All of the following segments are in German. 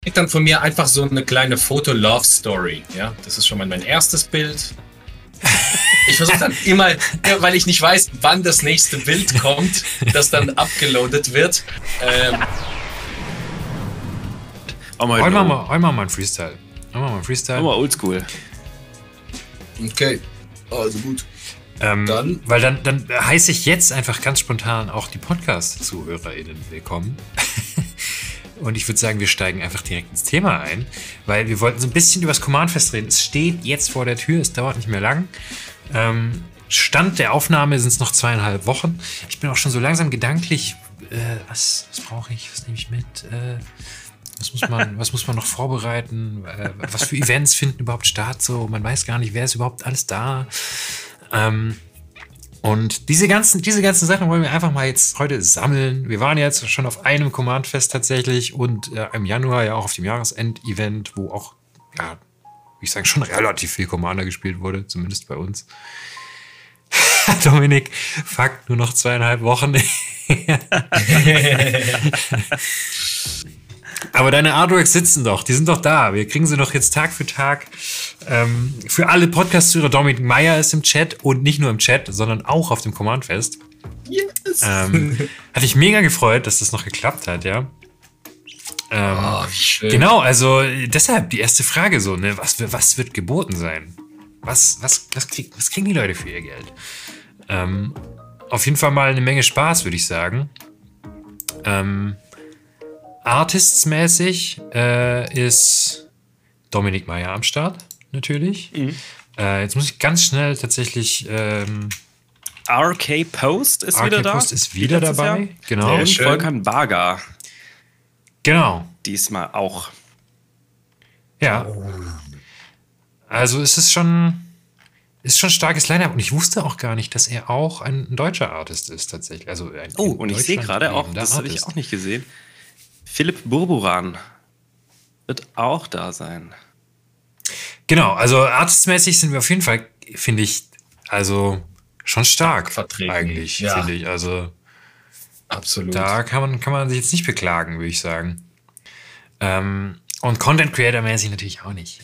Kriegt dann von mir einfach so eine kleine Foto-Love-Story. Ja, das ist schon mal mein erstes Bild. Ich versuche dann immer, weil ich nicht weiß, wann das nächste Bild kommt, das dann abgeloadet wird. Heute machen wir mal ein Freestyle. Machen wir oldschool. Okay, also gut. Dann? Weil dann heiße ich jetzt einfach ganz spontan auch die Podcast-ZuhörerInnen willkommen. Und ich würde sagen, wir steigen einfach direkt ins Thema ein, weil wir wollten so ein bisschen über das Command-Fest reden. Es steht jetzt vor der Tür, es dauert nicht mehr lang. Stand der Aufnahme sind es noch 2,5 Wochen. Ich bin auch schon so langsam gedanklich, was brauche ich, was nehme ich mit? Was muss man noch vorbereiten? Was für Events finden überhaupt statt? So, man weiß gar nicht, wer ist überhaupt alles da. Und diese ganzen Sachen wollen wir einfach mal jetzt heute sammeln. Wir waren jetzt schon auf einem Command-Fest tatsächlich und im Januar ja auch auf dem Jahresend-Event, wo auch, ja, ich sage schon relativ viel Commander gespielt wurde, zumindest bei uns. Dominik, fuck, nur noch 2,5 Wochen. Aber deine Artworks sitzen doch, die sind doch da. Wir kriegen sie doch jetzt Tag für Tag. Für alle Podcast-Hörer, Dominik Meyer ist im Chat und nicht nur im Chat, sondern auch auf dem Command-Fest. Yes! Hat mich mega gefreut, dass das noch geklappt hat, ja. Wie schön. Genau, also deshalb die erste Frage so, ne, was wird geboten sein? Was kriegen die Leute für ihr Geld? Auf jeden Fall mal eine Menge Spaß, würde ich sagen. Artists-mäßig ist Dominik Meyer am Start, natürlich. Mhm. Jetzt muss ich ganz schnell tatsächlich... RK Post ist wieder da. Post ist wieder dabei, Jahr. Genau. Und Volkan Baga. Genau. Diesmal auch. Ja. Also es ist schon ein starkes Line-Up und ich wusste auch gar nicht, dass er auch ein deutscher Artist ist tatsächlich. Also und ich sehe gerade auch, das habe ich auch nicht gesehen, Philipp Burburan wird auch da sein. Genau, also artistmäßig sind wir auf jeden Fall, finde ich, also schon stark vertreten eigentlich, ja. finde ich. Also absolut. Da kann man sich jetzt nicht beklagen, würde ich sagen. Und Content Creator mäßig natürlich auch nicht.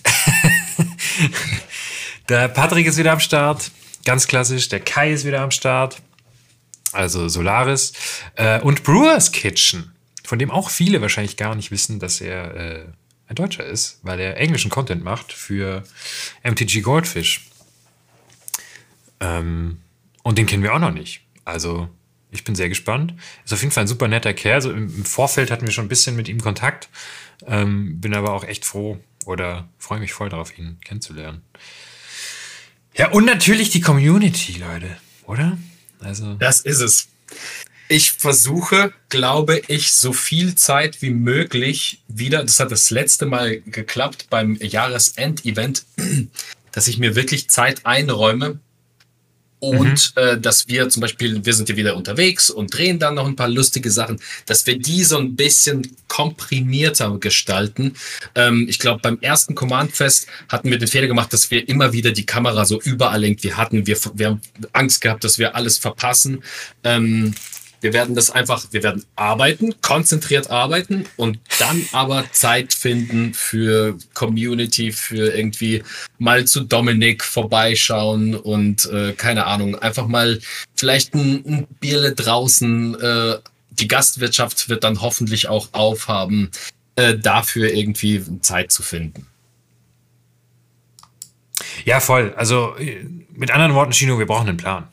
Der Patrick ist wieder am Start, ganz klassisch. Der Kai ist wieder am Start, also Solaris. Und Brewers Kitchen, von dem auch viele wahrscheinlich gar nicht wissen, dass er ein Deutscher ist, weil er englischen Content macht für MTG Goldfish. Und den kennen wir auch noch nicht. Also ich bin sehr gespannt. Ist auf jeden Fall ein super netter Kerl. So im Vorfeld hatten wir schon ein bisschen mit ihm Kontakt. Bin aber auch echt froh oder freue mich voll darauf, ihn kennenzulernen. Ja, und natürlich die Community, Leute, oder? Also das ist es. Ich versuche, glaube ich, so viel Zeit wie möglich wieder, das hat das letzte Mal geklappt beim Jahresend-Event, dass ich mir wirklich Zeit einräume und dass wir zum Beispiel, wir sind ja wieder unterwegs und drehen dann noch ein paar lustige Sachen, dass wir die so ein bisschen komprimierter gestalten. Ich glaube, beim ersten Command-Fest hatten wir den Fehler gemacht, dass wir immer wieder die Kamera so überall irgendwie hatten. Wir haben Angst gehabt, dass wir alles verpassen. Wir werden arbeiten, konzentriert arbeiten und dann aber Zeit finden für Community, für irgendwie mal zu Dominik vorbeischauen und keine Ahnung, einfach mal vielleicht ein Bierle draußen. Die Gastwirtschaft wird dann hoffentlich auch aufhaben, dafür irgendwie Zeit zu finden. Ja, voll. Also mit anderen Worten, Chino, wir brauchen einen Plan.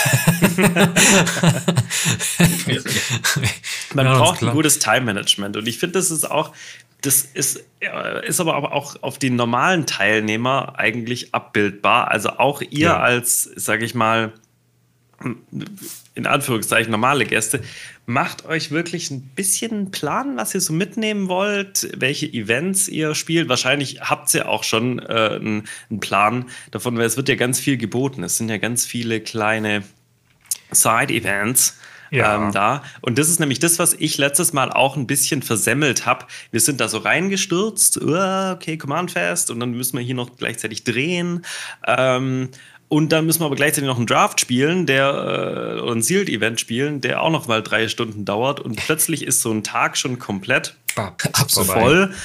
Man braucht ein gutes Time-Management und ich finde, das ist aber auch auf die normalen Teilnehmer eigentlich abbildbar. Also auch ihr als, sage ich mal, in Anführungszeichen normale Gäste, macht euch wirklich ein bisschen einen Plan, was ihr so mitnehmen wollt, welche Events ihr spielt. Wahrscheinlich habt ihr auch schon einen Plan davon, weil es wird ja ganz viel geboten. Es sind ja ganz viele kleine Side-Events da. Und das ist nämlich das, was ich letztes Mal auch ein bisschen versemmelt habe. Wir sind da so reingestürzt, okay, Command Fest, und dann müssen wir hier noch gleichzeitig drehen. Und dann müssen wir aber gleichzeitig noch einen Draft spielen, oder ein Sealed-Event spielen, der auch noch mal 3 Stunden dauert. Und plötzlich ist so ein Tag schon komplett voll.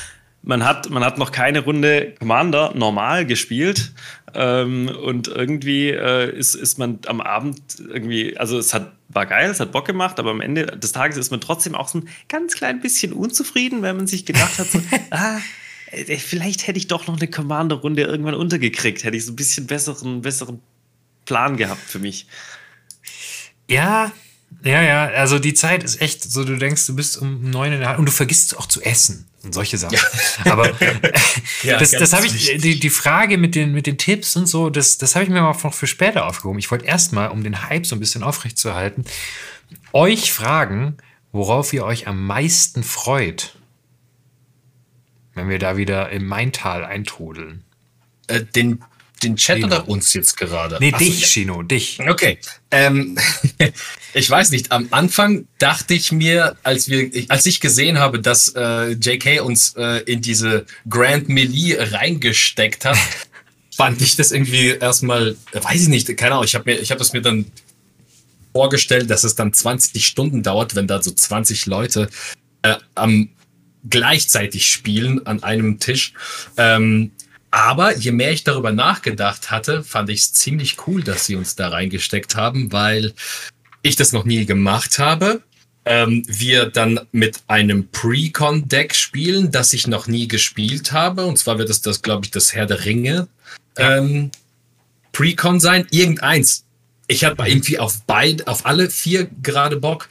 man hat noch keine Runde Commander normal gespielt. Und irgendwie ist man am Abend irgendwie, also war geil, es hat Bock gemacht, aber am Ende des Tages ist man trotzdem auch so ein ganz klein bisschen unzufrieden, wenn man sich gedacht hat, so, vielleicht hätte ich doch noch eine Commander-Runde irgendwann untergekriegt, hätte ich so ein bisschen besseren Plan gehabt für mich. Ja, also die Zeit ist echt so, du denkst, du bist um 9 in der Hand und du vergisst auch zu essen und solche Sachen. Ja. Aber das habe ich, die Frage mit den Tipps und so, das habe ich mir mal noch für später aufgehoben. Ich wollte erstmal, um den Hype so ein bisschen aufrechtzuerhalten, euch fragen, worauf ihr euch am meisten freut, wenn wir da wieder im Maintal eintrudeln. Den Chat Shino. oder uns jetzt gerade? Nee, dich, Shino, dich. Okay. Ich weiß nicht, am Anfang dachte ich mir, als ich gesehen habe, dass JK uns in diese Grand Melee reingesteckt hat, fand ich das irgendwie erstmal, weiß ich nicht, keine Ahnung, ich habe das mir dann vorgestellt, dass es dann 20 Stunden dauert, wenn da so 20 Leute gleichzeitig spielen an einem Tisch. Aber je mehr ich darüber nachgedacht hatte, fand ich es ziemlich cool, dass sie uns da reingesteckt haben, weil ich das noch nie gemacht habe. Wir dann mit einem Pre-Con-Deck spielen, das ich noch nie gespielt habe. Und zwar wird es das, glaube ich, das Herr der Ringe Pre-Con sein. Irgendeins. Ich habe irgendwie auf alle 4 gerade Bock.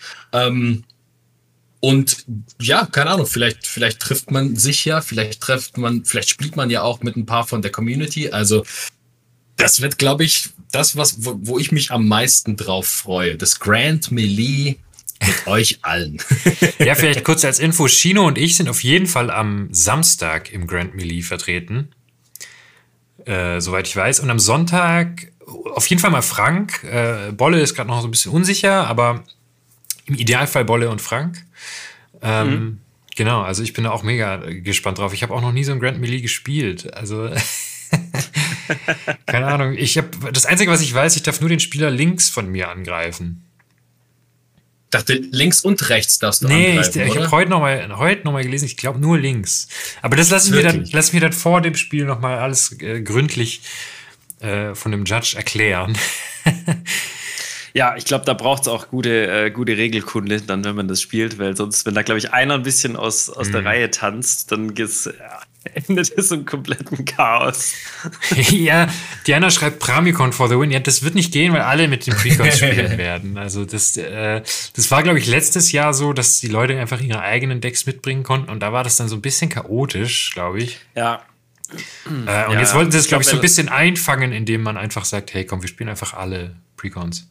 Und ja, keine Ahnung, vielleicht trifft man sich ja, vielleicht spielt man ja auch mit ein paar von der Community. Also das wird, glaube ich, das, wo ich mich am meisten drauf freue. Das Grand Melee mit euch allen. Ja, vielleicht kurz als Info, Shino und ich sind auf jeden Fall am Samstag im Grand Melee vertreten. Soweit ich weiß. Und am Sonntag auf jeden Fall mal Frank. Bolle ist gerade noch so ein bisschen unsicher, aber im Idealfall Bolle und Frank. Genau, also ich bin da auch mega gespannt drauf. Ich habe auch noch nie so ein Grand Melee gespielt. Also, keine Ahnung. Das Einzige, was ich weiß, ich darf nur den Spieler links von mir angreifen. Ich dachte, links und rechts darfst du angreifen, ich habe heute noch mal gelesen, ich glaube nur links. Aber das lass ich mir dann vor dem Spiel noch mal alles gründlich von dem Judge erklären. Ja, ich glaube, da braucht es auch gute Regelkunde, dann, wenn man das spielt, weil sonst, wenn da, glaube ich, einer ein bisschen aus der Reihe tanzt, dann endet es im kompletten Chaos. Ja, Diana schreibt Pramicon for the win. Ja, das wird nicht gehen, weil alle mit den Precons spielen werden. Also das war, glaube ich, letztes Jahr so, dass die Leute einfach ihre eigenen Decks mitbringen konnten und da war das dann so ein bisschen chaotisch, glaube ich. Ja. Und jetzt wollten sie es, glaube ich, so ein bisschen einfangen, indem man einfach sagt, hey, komm, wir spielen einfach alle Precons.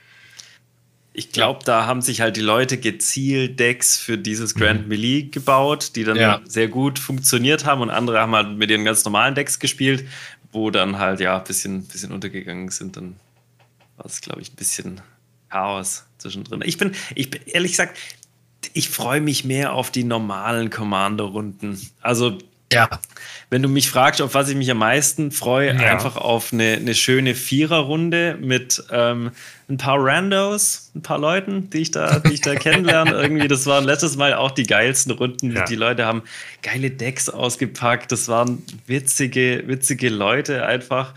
Ich glaube, da haben sich halt die Leute gezielt Decks für dieses Grand Melee gebaut, die dann sehr gut funktioniert haben und andere haben halt mit ihren ganz normalen Decks gespielt, wo dann halt ein bisschen untergegangen sind. Dann war es, glaube ich, ein bisschen Chaos zwischendrin. Ich bin ehrlich gesagt, ich freue mich mehr auf die normalen Commander-Runden. Also wenn du mich fragst, auf was ich mich am meisten freue, einfach auf eine schöne Viererrunde mit ein paar Randos, ein paar Leuten, die ich da kennenlerne. Irgendwie, das waren letztes Mal auch die geilsten Runden. Ja. Die Leute haben geile Decks ausgepackt. Das waren witzige Leute einfach.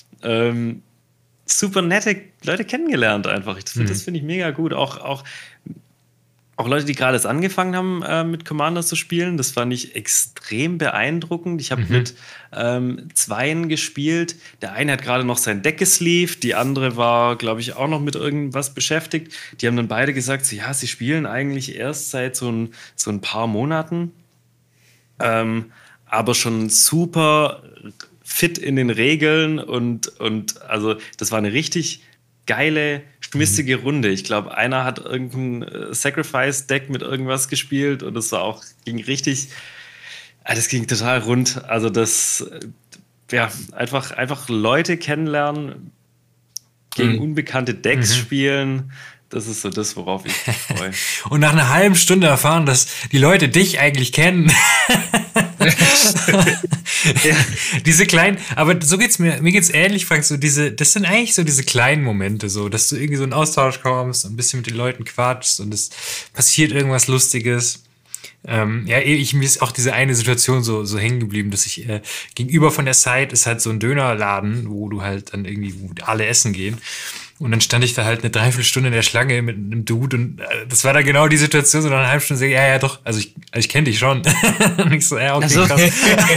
Super nette Leute kennengelernt einfach. Das finde ich mega gut. Auch Leute, die gerade erst angefangen haben, mit Commander zu spielen, das fand ich extrem beeindruckend. Ich habe mit Zweien gespielt. Der eine hat gerade noch sein Deck gesleeved, die andere war, glaube ich, auch noch mit irgendwas beschäftigt. Die haben dann beide gesagt, so, ja, sie spielen eigentlich erst seit so ein paar Monaten, aber schon super fit in den Regeln und also das war eine richtig geile, schmissige Runde. Ich glaube, einer hat irgendein Sacrifice-Deck mit irgendwas gespielt und das ging total rund. Also das, einfach Leute kennenlernen, gegen unbekannte Decks spielen, das ist so das, worauf ich mich freue. Und nach einer halben Stunde erfahren, dass die Leute dich eigentlich kennen. Diese kleinen, aber so geht's mir geht's ähnlich, Frank, so das sind eigentlich so diese kleinen Momente, so, dass du irgendwie so in Austausch kommst und ein bisschen mit den Leuten quatschst und es passiert irgendwas Lustiges. Mir ist auch diese eine Situation so hängen geblieben, dass ich gegenüber von der Site ist halt so ein Dönerladen, wo du halt dann irgendwie, wo alle essen gehen. Und dann stand ich da halt eine Dreiviertelstunde in der Schlange mit einem Dude und das war da genau die Situation, so nach einer halben Stunde, ja, doch, also ich kenne dich schon. Und ich so, ja, okay, also, krass.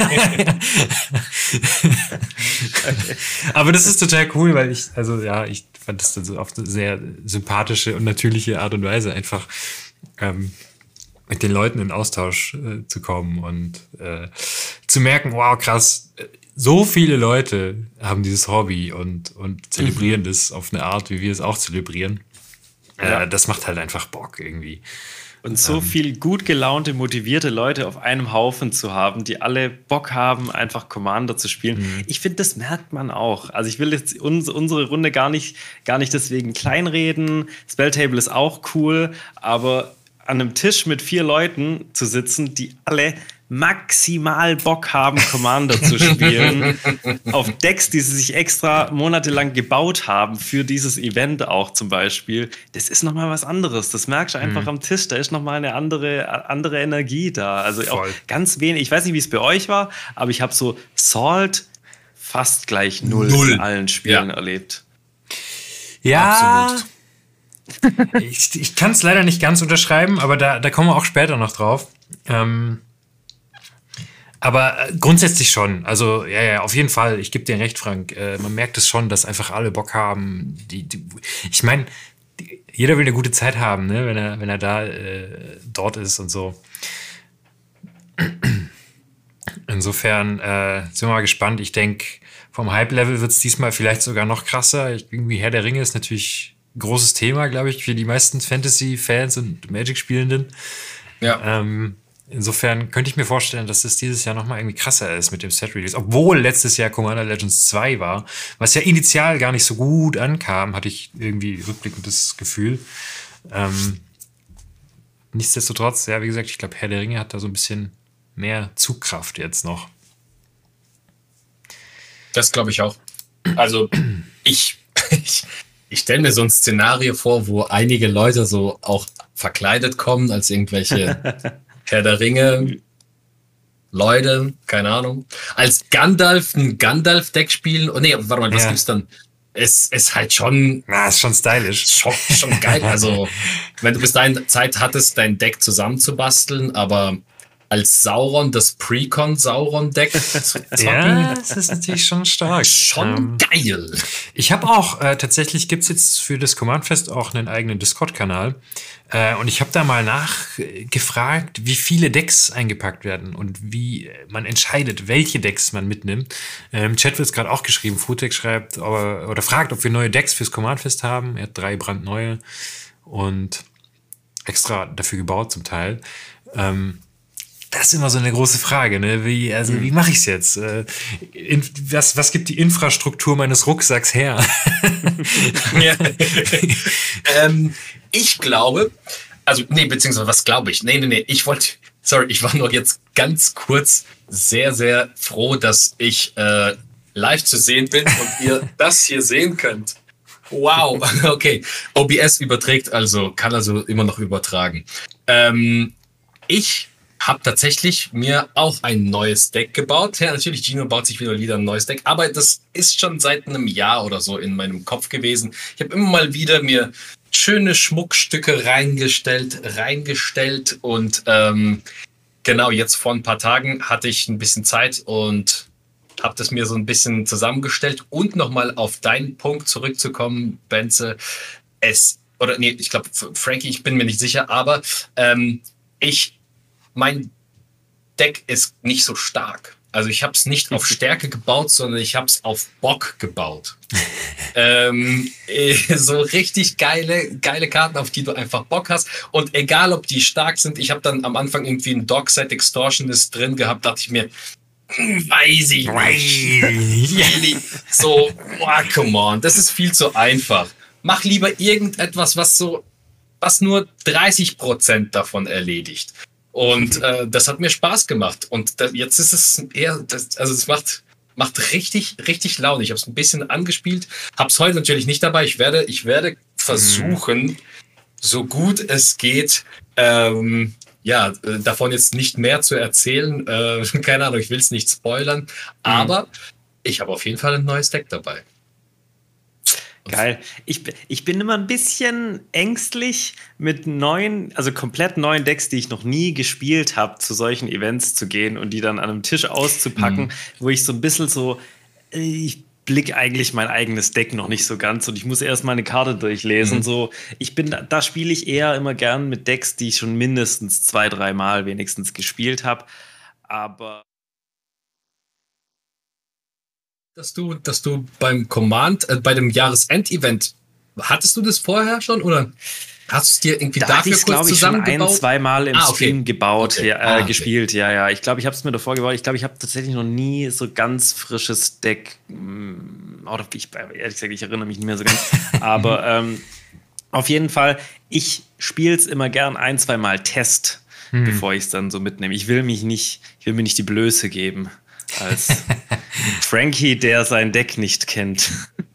Aber das ist total cool, weil ich fand das dann so auf eine sehr sympathische und natürliche Art und Weise einfach mit den Leuten in Austausch zu kommen und zu merken, wow, krass, so viele Leute haben dieses Hobby und zelebrieren das auf eine Art, wie wir es auch zelebrieren. Ja. Das macht halt einfach Bock irgendwie. Und so viel gut gelaunte, motivierte Leute auf einem Haufen zu haben, die alle Bock haben, einfach Commander zu spielen. Ich finde, das merkt man auch. Also ich will jetzt unsere Runde gar nicht deswegen kleinreden. Spelltable ist auch cool, aber an einem Tisch mit 4 Leuten zu sitzen, die alle maximal Bock haben, Commander zu spielen, auf Decks, die sie sich extra monatelang gebaut haben für dieses Event auch zum Beispiel, das ist nochmal was anderes. Das merkst du einfach am Tisch, da ist nochmal eine andere Energie da. Also auch ganz wenig, ich weiß nicht, wie es bei euch war, aber ich habe so Salt fast gleich 0 in allen Spielen erlebt. Ja, absolut. Ich kann es leider nicht ganz unterschreiben, aber da kommen wir auch später noch drauf. Aber grundsätzlich schon. Also, ja, auf jeden Fall. Ich gebe dir recht, Frank. Man merkt es schon, dass einfach alle Bock haben. Ich meine, jeder will eine gute Zeit haben, ne? wenn er dort ist und so. Insofern sind wir mal gespannt. Ich denke, vom Hype-Level wird es diesmal vielleicht sogar noch krasser. Irgendwie Herr der Ringe ist natürlich ein großes Thema, glaube ich, für die meisten Fantasy-Fans und Magic-Spielenden. Ja. Insofern könnte ich mir vorstellen, dass es dieses Jahr nochmal irgendwie krasser ist mit dem Set-Release. Obwohl letztes Jahr Commander Legends 2 war, was ja initial gar nicht so gut ankam, hatte ich irgendwie rückblickend das Gefühl. Nichtsdestotrotz, ja, wie gesagt, ich glaube, Herr der Ringe hat da so ein bisschen mehr Zugkraft jetzt noch. Das glaube ich auch. Also ich stelle mir so ein Szenario vor, wo einige Leute so auch verkleidet kommen als irgendwelche Herr der Ringe Leute, keine Ahnung, als Gandalf ein Gandalf-Deck spielen. Oh nee, warte mal, was gibt's dann? Es ist halt schon... ist schon stylisch. Schon geil. Also, wenn du bis dahin Zeit hattest, dein Deck zusammenzubasteln, aber als Sauron, das Precon-Sauron-Deck zu zocken. Ja, das ist natürlich schon stark. Schon geil. Ich habe auch, tatsächlich gibt es jetzt für das Command-Fest auch einen eigenen Discord-Kanal. Und ich habe da mal nachgefragt, wie viele Decks eingepackt werden und wie man entscheidet, welche Decks man mitnimmt. Im Chat wird es gerade auch geschrieben. Futex schreibt oder fragt, ob wir neue Decks fürs Command-Fest haben. Er hat 3 brandneue und extra dafür gebaut zum Teil. Das ist immer so eine große Frage, ne? Wie mache ich es jetzt? Was gibt die Infrastruktur meines Rucksacks her? Ja. Ich glaube, beziehungsweise was glaube ich? Nee. Ich war nur jetzt ganz kurz sehr, sehr froh, dass ich live zu sehen bin und ihr das hier sehen könnt. Wow, okay. OBS kann also immer noch übertragen. Ich habe tatsächlich mir auch ein neues Deck gebaut. Ja, natürlich, Gino baut sich wieder ein neues Deck, aber das ist schon seit einem Jahr oder so in meinem Kopf gewesen. Ich habe immer mal wieder mir schöne Schmuckstücke reingestellt und genau, jetzt vor ein paar Tagen hatte ich ein bisschen Zeit und habe das mir so ein bisschen zusammengestellt und nochmal auf deinen Punkt zurückzukommen, Benze. Ich glaube, Frankie, ich bin mir nicht sicher, aber mein Deck ist nicht so stark. Also ich habe es nicht auf Stärke gebaut, sondern ich habe es auf Bock gebaut. So richtig geile Karten, auf die du einfach Bock hast. Und egal, ob die stark sind, ich habe dann am Anfang irgendwie ein Dockside Extortionist drin gehabt, dachte ich mir, weiß ich nicht. So, come on, das ist viel zu einfach. Mach lieber irgendetwas, was nur 30% davon erledigt. Und das hat mir Spaß gemacht. Und jetzt ist es eher, es macht richtig, richtig Laune. Ich habe es ein bisschen angespielt, habe es heute natürlich nicht dabei. Ich werde versuchen, so gut es geht, davon jetzt nicht mehr zu erzählen. Keine Ahnung, ich will es nicht spoilern. Aber ich habe auf jeden Fall ein neues Deck dabei. Geil. Ich bin immer ein bisschen ängstlich, mit komplett neuen Decks, die ich noch nie gespielt habe, zu solchen Events zu gehen und die dann an einem Tisch auszupacken, wo ich so ein bisschen ich blick eigentlich mein eigenes Deck noch nicht so ganz und ich muss erst meine Karte durchlesen. Da spiele ich eher immer gern mit Decks, die ich schon mindestens 2-3 Mal wenigstens gespielt habe. Aber dass du beim Command, bei dem Jahresend-Event, hattest du das vorher schon oder hast du es dir irgendwie dafür kurz zusammengebaut? Ich habe 1-2 Mal im Stream gebaut, gespielt. Okay. Ja. Ich glaube, ich habe es mir davor gebaut. Ich glaube, ich habe tatsächlich noch nie so ganz frisches Deck. Oder ehrlich gesagt, ich erinnere mich nicht mehr so ganz. Aber auf jeden Fall, ich spiele es immer gern 1-2 Mal Test, bevor ich es dann so mitnehme. Ich will mir nicht die Blöße geben als Frankie, der sein Deck nicht kennt.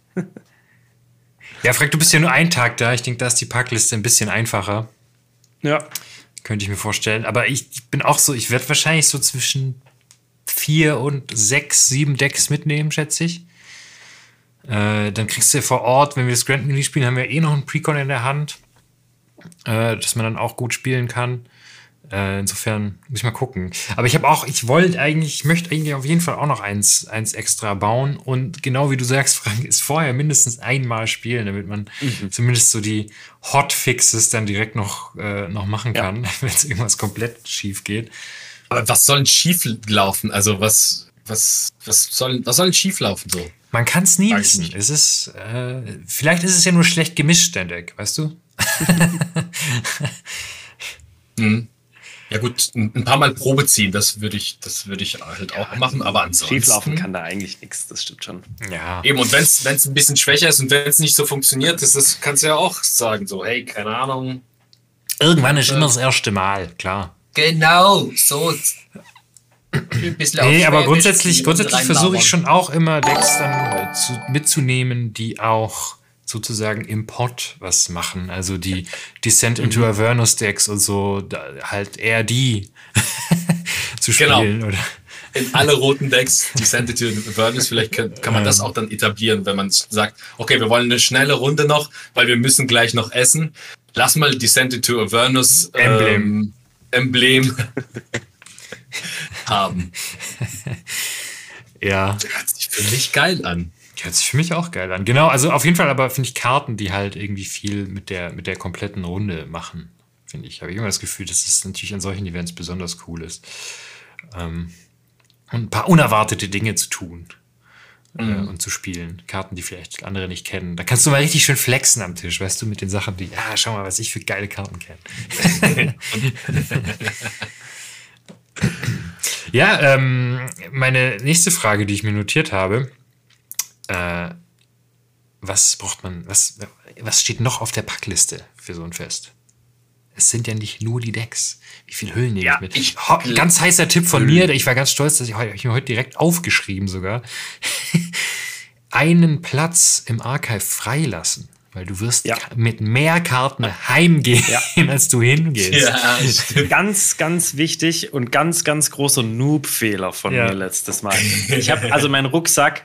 Ja, Frank, du bist ja nur einen Tag da. Ich denke, da ist die Packliste ein bisschen einfacher. Ja. Könnte ich mir vorstellen. Aber ich bin auch so, ich werde wahrscheinlich so zwischen 4 und 6, 7 Decks mitnehmen, schätze ich. Dann kriegst du vor Ort, wenn wir das Grand Release spielen, haben wir noch einen Precon in der Hand, dass man dann auch gut spielen kann. Insofern muss ich mal gucken. Aber ich möchte eigentlich auf jeden Fall auch noch eins extra bauen. Und genau wie du sagst, Frank, ist vorher mindestens einmal spielen, damit man zumindest so die Hotfixes dann direkt noch machen kann, wenn es irgendwas komplett schief geht. Aber was soll denn schief laufen? Also was soll denn schief laufen so? Man kann es nie wissen. Vielleicht ist es ja nur schlecht gemischt, dein Deck, weißt du? Ja gut, ein paar Mal Probe ziehen, das würde ich halt auch machen, aber ansonsten... Schieflaufen kann da eigentlich nichts, das stimmt schon. Ja. Eben, und wenn es ein bisschen schwächer ist und wenn es nicht so funktioniert, kannst du ja auch sagen, so, hey, keine Ahnung. Irgendwann ist immer das erste Mal, klar. Genau, so... Ein bisschen aber grundsätzlich versuche ich schon auch immer Decks dann mitzunehmen, die auch sozusagen im Pot was machen. Also die Descent into Avernus Decks und so, halt eher die zu spielen. Genau. Oder? In alle roten Decks Descent into Avernus, vielleicht kann man das auch dann etablieren, wenn man sagt, okay, wir wollen eine schnelle Runde noch, weil wir müssen gleich noch essen. Lass mal Descent into Avernus Emblem haben. Ja. Das hört sich für mich geil an. Hört sich für mich auch geil an. Genau, also auf jeden Fall aber finde ich Karten, die halt irgendwie viel mit der kompletten Runde machen, finde ich. Habe ich immer das Gefühl, dass es natürlich an solchen Events besonders cool ist. Und ein paar unerwartete Dinge zu tun und zu spielen. Karten, die vielleicht andere nicht kennen. Da kannst du mal richtig schön flexen am Tisch, weißt du, mit den Sachen, schau mal, was ich für geile Karten kenne. Ja, meine nächste Frage, die ich mir notiert habe, was braucht man, was steht noch auf der Packliste für so ein Fest? Es sind ja nicht nur die Decks. Wie viel Hüllen nehme ich mit? Ganz heißer Tipp von mir, ich war ganz stolz, dass ich mir heute direkt aufgeschrieben sogar. Einen Platz im Archive freilassen. Weil du wirst mit mehr Karten heimgehen, als du hingehst. Ja, ganz, ganz wichtig und ganz, ganz großer Noob-Fehler von mir letztes Mal. Ich habe also meinen Rucksack,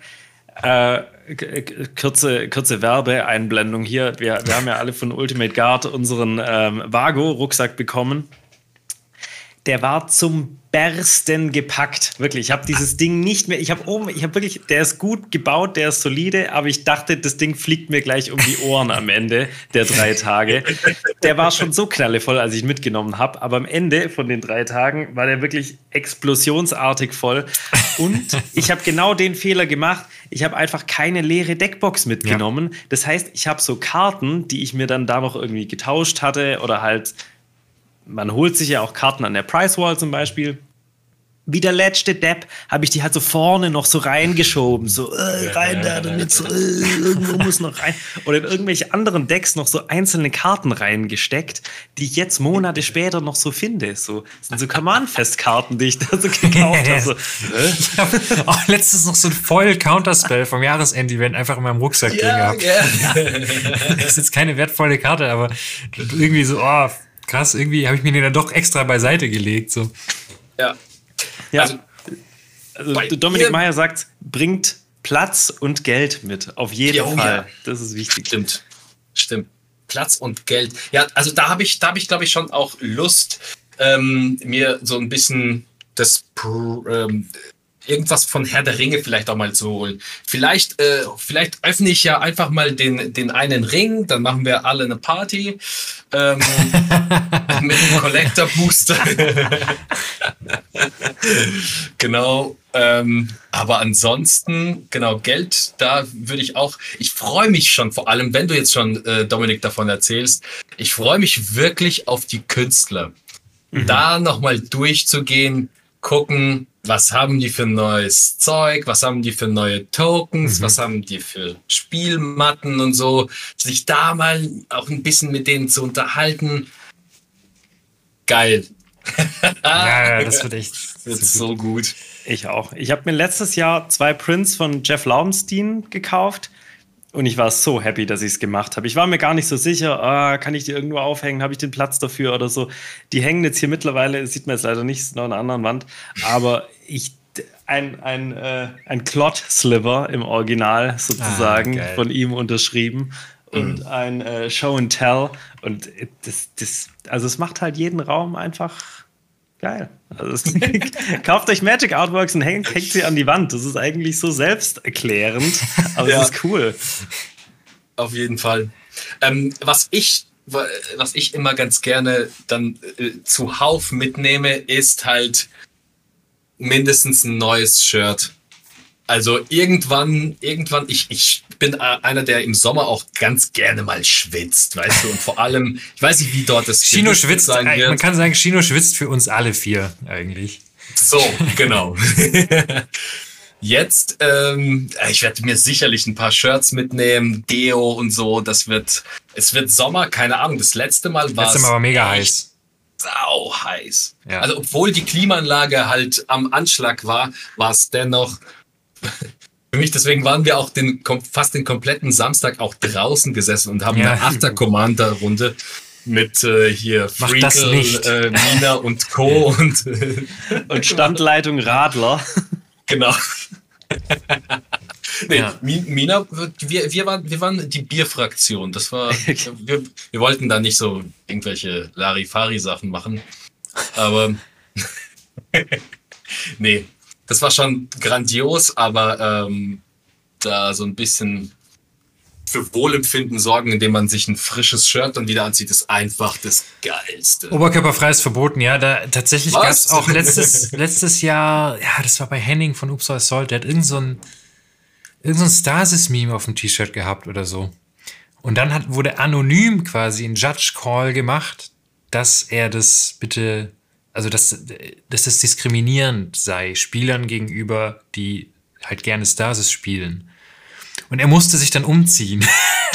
kurze Werbeeinblendung hier. Wir haben ja alle von Ultimate Guard unseren Vago-Rucksack bekommen. Der war zum Bersten gepackt. Wirklich, ich habe dieses Ding nicht mehr. Der ist gut gebaut, der ist solide, aber ich dachte, das Ding fliegt mir gleich um die Ohren am Ende der 3 Tage. Der war schon so knallevoll, als ich ihn mitgenommen habe, aber am Ende von den 3 Tagen war der wirklich explosionsartig voll. Und ich habe genau den Fehler gemacht. Ich habe einfach keine leere Deckbox mitgenommen. Ja. Das heißt, ich habe so Karten, die ich mir dann da noch irgendwie getauscht hatte oder halt. Man holt sich ja auch Karten an der Price Wall zum Beispiel. Wie der letzte Depp habe ich die halt so vorne noch so reingeschoben. So, rein da, damit so, irgendwo muss noch rein. Oder in irgendwelche anderen Decks noch so einzelne Karten reingesteckt, die ich jetzt Monate später noch so finde. So, das sind so Command-Fest-Karten, die ich da so gekauft habe. So, ich habe auch letztens noch so ein Foil-Counterspell vom Jahresend-Event einfach in meinem Rucksack drin gehabt. Das ist jetzt keine wertvolle Karte, aber irgendwie so, krass, irgendwie habe ich mir den dann doch extra beiseite gelegt. So. Ja. Also Dominik Meyer sagt, bringt Platz und Geld mit. Auf jeden Fall. Ja. Das ist wichtig. Stimmt. Platz und Geld. Ja, also da habe ich, glaube ich, schon auch Lust, mir so ein bisschen irgendwas von Herr der Ringe vielleicht auch mal zu holen. Vielleicht öffne ich ja einfach mal den einen Ring, dann machen wir alle eine Party mit einem Collector Booster. Genau. Aber ansonsten, genau, Geld, da würde ich freue mich schon, vor allem, wenn du jetzt schon, Dominik, davon erzählst, ich freue mich wirklich auf die Künstler. Da nochmal durchzugehen, gucken, was haben die für neues Zeug, was haben die für neue Tokens, was haben die für Spielmatten und so, sich da mal auch ein bisschen mit denen zu unterhalten. Geil. Ja, das wird echt so gut. Ich auch. Ich habe mir letztes Jahr 2 Prints von Jeff Laubenstein gekauft und ich war so happy, dass ich es gemacht habe. Ich war mir gar nicht so sicher, kann ich die irgendwo aufhängen, habe ich den Platz dafür oder so. Die hängen jetzt hier mittlerweile, das sieht man jetzt leider nicht, ist noch an einer anderen Wand, aber ein Clot-Sliver im Original sozusagen von ihm unterschrieben und ein Show and Tell und also es macht halt jeden Raum einfach geil. Also kauft euch Magic Artworks und hängt sie an die Wand. Das ist eigentlich so selbsterklärend, aber es ist cool. Auf jeden Fall. Was ich immer ganz gerne dann zuhauf mitnehme, ist halt mindestens ein neues Shirt. Also irgendwann, ich bin einer, der im Sommer auch ganz gerne mal schwitzt, weißt du, und vor allem, ich weiß nicht, wie dort das Chino schwitzt sein wird. Man kann sagen, Chino schwitzt für uns alle 4 eigentlich. So, genau. Jetzt, ich werde mir sicherlich ein paar Shirts mitnehmen, Deo und so, es wird Sommer, keine Ahnung, das letzte Mal war es aber mega heiß. Sau heiß. Ja. Also obwohl die Klimaanlage halt am Anschlag war es dennoch für mich, deswegen waren wir auch fast den kompletten Samstag auch draußen gesessen und haben eine After-Commander-Runde mit hier Freakle, Mina und Co. und Standleitung Radler. Genau. Mina, wir waren die Bierfraktion. Das war, wir wollten da nicht so irgendwelche Larifari-Sachen machen. Aber nee. Das war schon grandios, aber da so ein bisschen für Wohlempfinden sorgen, indem man sich ein frisches Shirt dann wieder anzieht, ist einfach das Geilste. Oberkörperfrei ist verboten, ja. Tatsächlich gab es auch letztes Jahr, ja, das war bei Henning von Upsala Salt, der hat irgend so ein Stasis-Meme auf dem T-Shirt gehabt oder so. Und dann wurde anonym quasi ein Judge-Call gemacht, dass er das bitte... Also, dass das diskriminierend sei, Spielern gegenüber, die halt gerne Stasis spielen. Und er musste sich dann umziehen.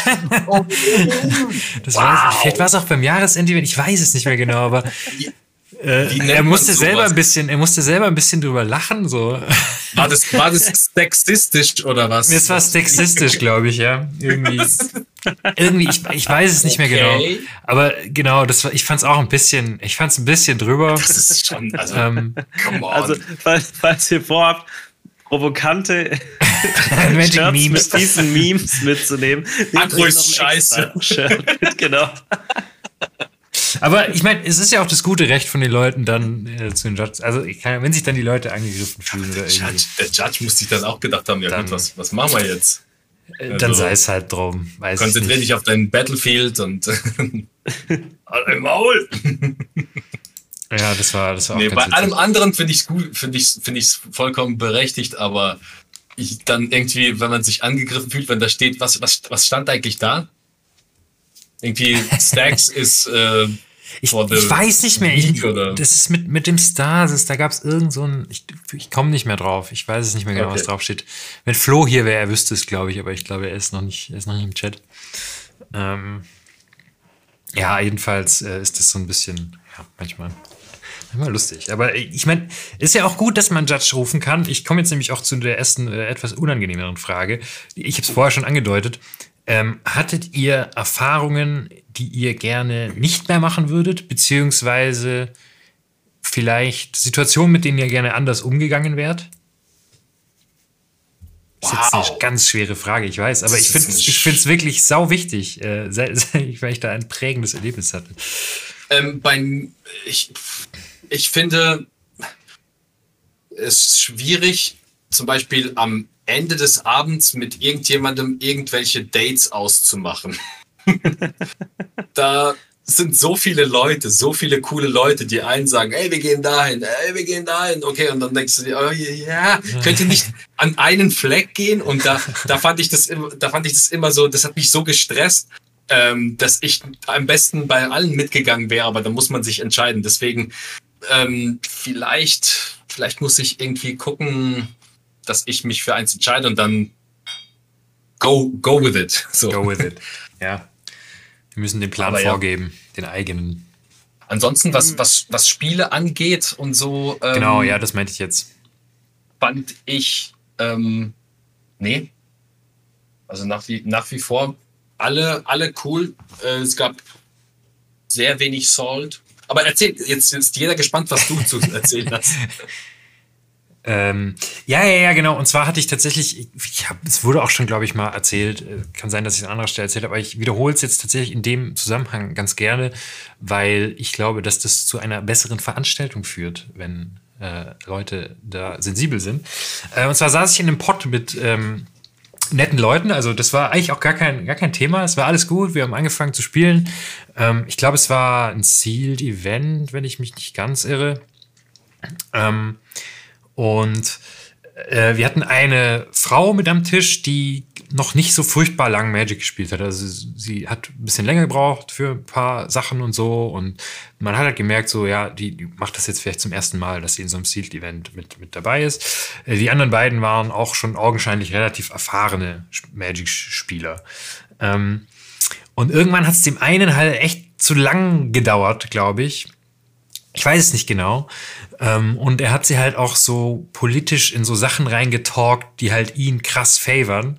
Vielleicht war es auch beim Jahresendevent, ich weiß es nicht mehr genau, aber er musste selber ein bisschen drüber lachen. So. War das sexistisch oder was? Das war sexistisch, glaube ich, ja. Irgendwie, ich weiß es nicht mehr genau. Aber genau, ich fand es ein bisschen drüber. Das ist schon, also, come on. Also, falls ihr vorhabt, provokante Magic Memes mit diesen Memes mitzunehmen. Agro ist scheiße. Genau. Aber ich meine, es ist ja auch das gute Recht von den Leuten dann zu den Judges. Also wenn sich dann die Leute angegriffen fühlen oder irgendwie. Der Judge muss sich dann auch gedacht haben, ja gut, was machen wir jetzt? Dann sei es halt drum. Konzentrier dich auf dein Battlefield und im Maul. Ja, das war auch ganz bei allem anderen finde ich es gut, finde ich vollkommen berechtigt, aber dann irgendwie, wenn man sich angegriffen fühlt, wenn da steht, was stand eigentlich da? Irgendwie Stacks ist ich weiß nicht mehr. Das ist mit dem Stasis, da gab es irgend so ein, ich komme nicht mehr drauf. Ich weiß es nicht mehr genau, was drauf steht. Wenn Flo hier wäre, er wüsste es, glaube ich, aber ich glaube, er ist noch nicht im Chat. Ja, jedenfalls ist das so ein bisschen, ja, manchmal lustig. Aber ich meine, ist ja auch gut, dass man Judge rufen kann. Ich komme jetzt nämlich auch zu der ersten etwas unangenehmeren Frage. Ich habe es vorher schon angedeutet. Hattet ihr Erfahrungen, die ihr gerne nicht mehr machen würdet, beziehungsweise vielleicht Situationen, mit denen ihr gerne anders umgegangen wärt? Das ist jetzt eine ganz schwere Frage, ich weiß, aber ich finde es wirklich sau wichtig, weil ich da ein prägendes Erlebnis hatte. Ich finde es schwierig, zum Beispiel am Ende des Abends mit irgendjemandem irgendwelche Dates auszumachen. Da sind so viele Leute, so viele coole Leute, die einen sagen, ey, wir gehen dahin, okay, und dann denkst du dir, oh ja, könnt ihr nicht an einen Fleck gehen? Und da fand ich das immer so, das hat mich so gestresst, dass ich am besten bei allen mitgegangen wäre, aber da muss man sich entscheiden. Deswegen, vielleicht muss ich irgendwie gucken, dass ich mich für eins entscheide und dann go with it. So. Go with it, ja. Wir müssen den Plan vorgeben, den eigenen. Ansonsten, was Spiele angeht und so. Genau, ja, das meinte ich jetzt. Fand ich, nee. Also nach wie vor alle cool. Es gab sehr wenig Salt. Aber erzähl, jetzt ist jeder gespannt, was du zu erzählen hast. Ja, genau. Und zwar hatte ich tatsächlich, es wurde auch schon, glaube ich, mal erzählt, kann sein, dass ich es an anderer Stelle erzählt habe, aber ich wiederhole es jetzt tatsächlich in dem Zusammenhang ganz gerne, weil ich glaube, dass das zu einer besseren Veranstaltung führt, wenn Leute da sensibel sind. Und zwar saß ich in einem Pott mit netten Leuten, also das war eigentlich auch gar kein Thema, es war alles gut, wir haben angefangen zu spielen. Ich glaube, es war ein Sealed Event, wenn ich mich nicht ganz irre. Und wir hatten eine Frau mit am Tisch, die noch nicht so furchtbar lang Magic gespielt hat. Also sie hat ein bisschen länger gebraucht für ein paar Sachen und so. Und man hat halt gemerkt, so ja, die macht das jetzt vielleicht zum ersten Mal, dass sie in so einem Sealed-Event mit dabei ist. Die anderen beiden waren auch schon augenscheinlich relativ erfahrene Magic-Spieler. Und irgendwann hat es dem einen halt echt zu lang gedauert, glaube ich. Ich weiß es nicht genau. Und er hat sie halt auch so politisch in so Sachen reingetalkt, die halt ihn krass favoren.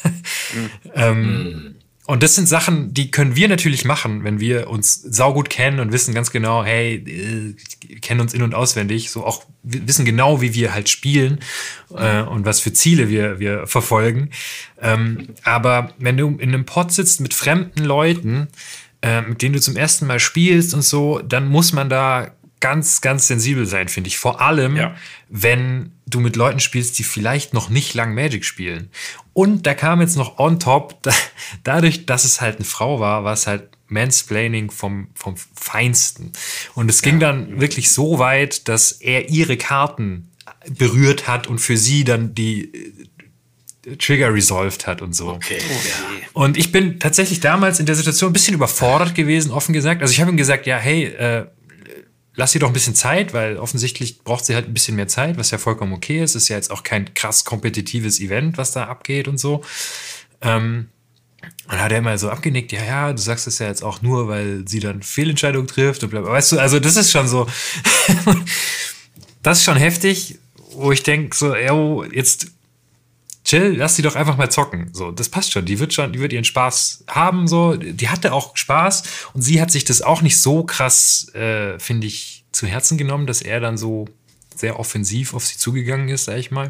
Und das sind Sachen, die können wir natürlich machen, wenn wir uns saugut kennen und wissen ganz genau, hey, kennen uns in- und auswendig, so auch wissen genau, wie wir halt spielen und was für Ziele wir verfolgen. Aber wenn du in einem Pod sitzt mit fremden Leuten, mit denen du zum ersten Mal spielst und so, dann muss man da ganz, ganz sensibel sein, finde ich. Vor allem, wenn du mit Leuten spielst, die vielleicht noch nicht lang Magic spielen. Und da kam jetzt noch on top, dadurch, dass es halt eine Frau war, war es halt Mansplaining vom Feinsten. Und es ging dann wirklich so weit, dass er ihre Karten berührt hat und für sie dann die Trigger resolved hat und so. Okay. Und ich bin tatsächlich damals in der Situation ein bisschen überfordert gewesen, offen gesagt. Also ich habe ihm gesagt, ja, hey, lass sie doch ein bisschen Zeit, weil offensichtlich braucht sie halt ein bisschen mehr Zeit, was ja vollkommen okay ist. Ist ja jetzt auch kein krass kompetitives Event, was da abgeht und so. Und hat er immer so abgenickt, ja, du sagst es ja jetzt auch nur, weil sie dann Fehlentscheidungen trifft und bla bla. Weißt du, also das ist schon so, das ist schon heftig, wo ich denke so, jetzt chill, lass sie doch einfach mal zocken. So, das passt schon. Die wird ihren Spaß haben. So, die hatte auch Spaß und sie hat sich das auch nicht so krass, finde ich, zu Herzen genommen, dass er dann so sehr offensiv auf sie zugegangen ist, sag ich mal.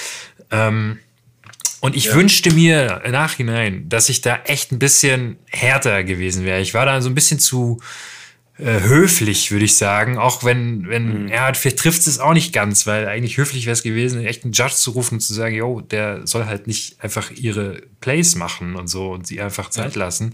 Und ich wünschte mir im Nachhinein, dass ich da echt ein bisschen härter gewesen wäre. Ich war da so ein bisschen zu höflich, würde ich sagen. Auch wenn vielleicht trifft es auch nicht ganz, weil eigentlich höflich wäre es gewesen, echt einen Judge zu rufen und zu sagen, yo, der soll halt nicht einfach ihre Plays machen und so und sie einfach Zeit lassen.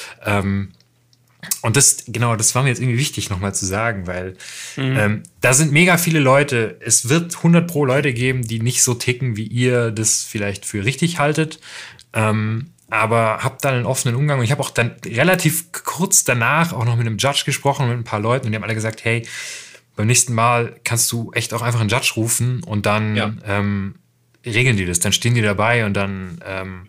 Und das war mir jetzt irgendwie wichtig nochmal zu sagen, weil da sind mega viele Leute, es wird 100 pro Leute geben, die nicht so ticken, wie ihr das vielleicht für richtig haltet. Aber habe dann einen offenen Umgang und ich habe auch dann relativ kurz danach auch noch mit einem Judge gesprochen, mit ein paar Leuten und die haben alle gesagt, hey, beim nächsten Mal kannst du echt auch einfach einen Judge rufen und dann regeln die das, dann stehen die dabei und dann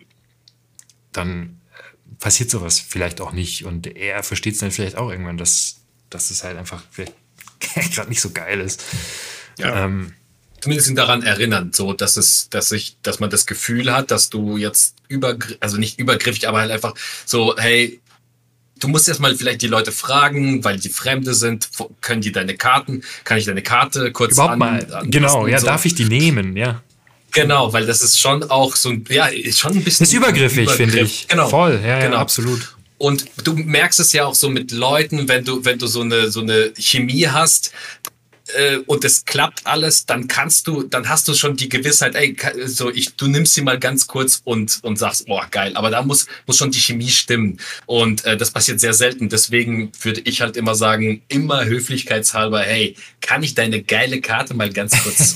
passiert sowas vielleicht auch nicht und er versteht es dann vielleicht auch irgendwann, dass es halt einfach vielleicht gerade nicht so geil ist. Ja. zumindest daran erinnern, so dass man das Gefühl hat, dass du jetzt also nicht übergriffig, aber halt einfach so, hey, du musst erstmal vielleicht die Leute fragen, weil die Fremde sind, kann ich deine Karte kurz genau, ja, so. Darf ich die nehmen, ja. Genau, weil das ist schon auch so ist schon ein bisschen. Das ist übergriffig, finde ich. Genau. Voll, ja, genau. Ja, absolut. Und du merkst es ja auch so mit Leuten, wenn du so eine Chemie hast, und es klappt alles, dann hast du schon die Gewissheit, ey, du nimmst sie mal ganz kurz und sagst, boah, geil, aber da muss schon die Chemie stimmen. Und das passiert sehr selten. Deswegen würde ich halt immer sagen, immer höflichkeitshalber, hey, kann ich deine geile Karte mal ganz kurz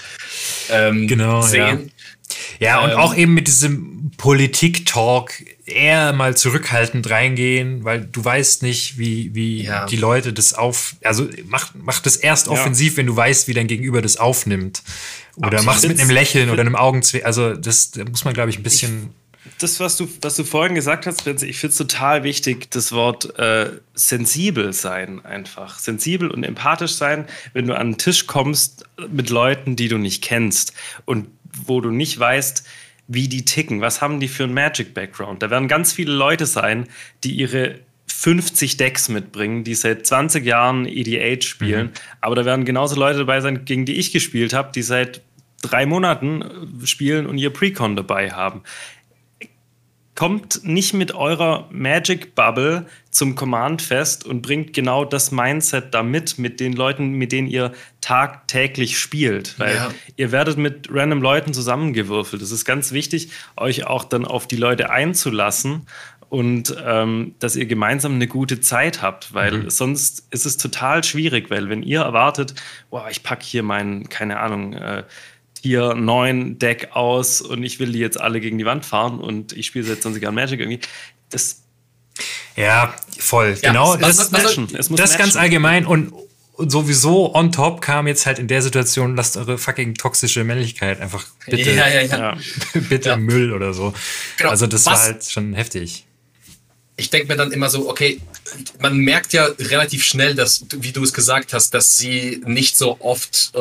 genau, sehen? Ja, und auch eben mit diesem Politik-Talk eher mal zurückhaltend reingehen, weil du weißt nicht, wie die Leute das also mach das erst offensiv, wenn du weißt, wie dein Gegenüber das aufnimmt. Oder mach's mit einem Lächeln oder einem Augenzwinkern. Also da muss man, glaube ich, ein bisschen... Das, was du vorhin gesagt hast, Spencer, ich finde es total wichtig, das Wort sensibel sein einfach. Sensibel und empathisch sein, wenn du an den Tisch kommst mit Leuten, die du nicht kennst und wo du nicht weißt, wie die ticken. Was haben die für einen Magic-Background? Da werden ganz viele Leute sein, die ihre 50 Decks mitbringen, die seit 20 Jahren EDH spielen. Aber da werden genauso Leute dabei sein, gegen die ich gespielt habe, die seit 3 Monaten spielen und ihr Precon dabei haben. Kommt nicht mit eurer Magic-Bubble zum Command-Fest und bringt genau das Mindset da mit den Leuten, mit denen ihr tagtäglich spielt. Weil ihr werdet mit random Leuten zusammengewürfelt. Es ist ganz wichtig, euch auch dann auf die Leute einzulassen und dass ihr gemeinsam eine gute Zeit habt. Weil sonst ist es total schwierig, weil wenn ihr erwartet, boah, ich packe hier meinen, keine Ahnung, Tier 9 Deck aus und ich will die jetzt alle gegen die Wand fahren und ich spiele seit 20 Jahren Magic irgendwie. Das ja, voll. Ja, genau. Das ganz allgemein und sowieso on top kam jetzt halt in der Situation, lasst eure fucking toxische Männlichkeit einfach bitte, bitte Müll oder so. Genau. Also das war halt schon heftig. Ich denke mir dann immer so, okay, man merkt ja relativ schnell, dass, wie du es gesagt hast, dass sie nicht so oft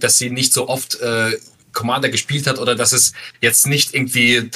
Commander gespielt hat oder dass es jetzt nicht irgendwie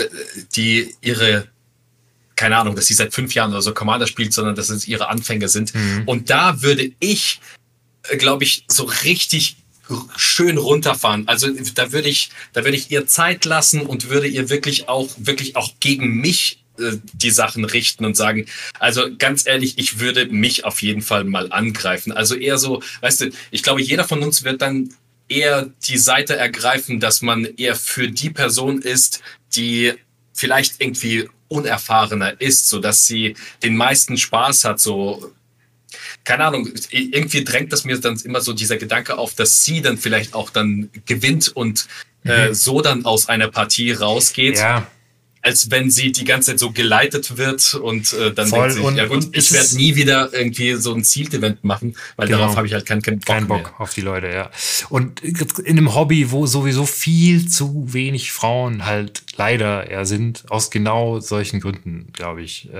keine Ahnung, dass sie seit 5 Jahren oder so Commander spielt, sondern dass es ihre Anfänge sind. Und da würde ich, glaube ich, so richtig schön runterfahren. Also da würde ich ihr Zeit lassen und würde ihr wirklich auch gegen mich die Sachen richten und sagen, also ganz ehrlich, ich würde mich auf jeden Fall mal angreifen. Also eher so, weißt du, ich glaube, jeder von uns wird dann eher die Seite ergreifen, dass man eher für die Person ist, die vielleicht irgendwie unerfahrener ist, so dass sie den meisten Spaß hat, so, keine Ahnung, irgendwie drängt das mir dann immer so dieser Gedanke auf, dass sie dann vielleicht auch dann gewinnt und so dann aus einer Partie rausgeht. Ja. Als wenn sie die ganze Zeit so geleitet wird und dann voll. denkt sie, ja gut, ich werde nie wieder irgendwie so ein Ziel-Event machen, weil darauf habe ich halt keinen Bock mehr. Auf die Leute, ja. Und in einem Hobby, wo sowieso viel zu wenig Frauen halt leider eher sind, aus genau solchen Gründen, glaube ich.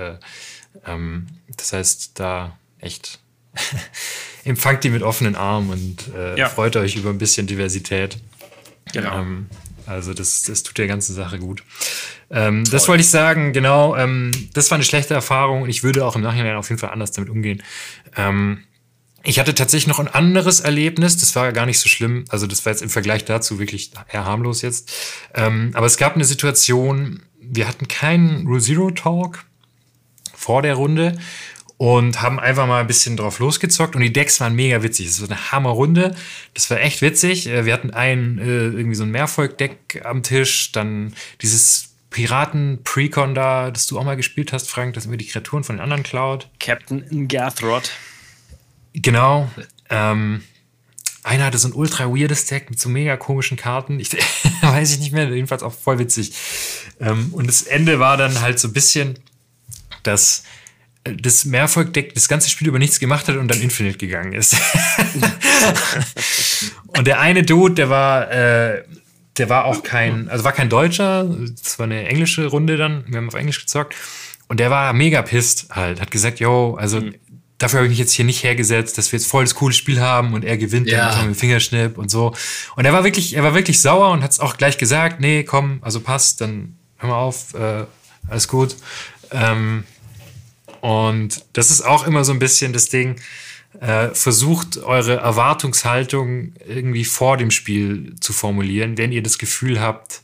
Das heißt, da echt empfangt die mit offenen Armen und freut euch über ein bisschen Diversität. Genau. Also das tut der ganzen Sache gut. Das wollte ich sagen, genau. Das war eine schlechte Erfahrung und ich würde auch im Nachhinein auf jeden Fall anders damit umgehen. Ich hatte tatsächlich noch ein anderes Erlebnis, das war gar nicht so schlimm. Also das war jetzt im Vergleich dazu wirklich eher harmlos jetzt. Aber es gab eine Situation, wir hatten keinen Rule Zero Talk vor der Runde und haben einfach mal ein bisschen drauf losgezockt und die Decks waren mega witzig. Das war eine Hammerrunde. Das war echt witzig. Wir hatten irgendwie so ein Mehrvolk-Deck am Tisch, dann dieses Piraten-Precon da, das du auch mal gespielt hast, Frank, das immer die Kreaturen von den anderen klaut. Captain Garthrod. Genau. Einer hatte so ein ultra weirdes Deck mit so mega komischen Karten. Weiß ich nicht mehr, jedenfalls auch voll witzig. Und das Ende war dann halt so ein bisschen, dass das Mehrvolk-Deck das ganze Spiel über nichts gemacht hat und dann Infinite gegangen ist. Und der eine Dude, der war auch kein Deutscher, das war eine englische Runde dann, wir haben auf Englisch gezockt und der war mega pissed halt, hat gesagt, yo, also dafür habe ich mich jetzt hier nicht hergesetzt, dass wir jetzt voll das coole Spiel haben und er gewinnt dann einfach mit dem Fingerschnipp und so. Und er war wirklich sauer und hat es auch gleich gesagt, nee, komm, also passt, dann hör mal auf, alles gut. Und das ist auch immer so ein bisschen das Ding, versucht eure Erwartungshaltung irgendwie vor dem Spiel zu formulieren, wenn ihr das Gefühl habt,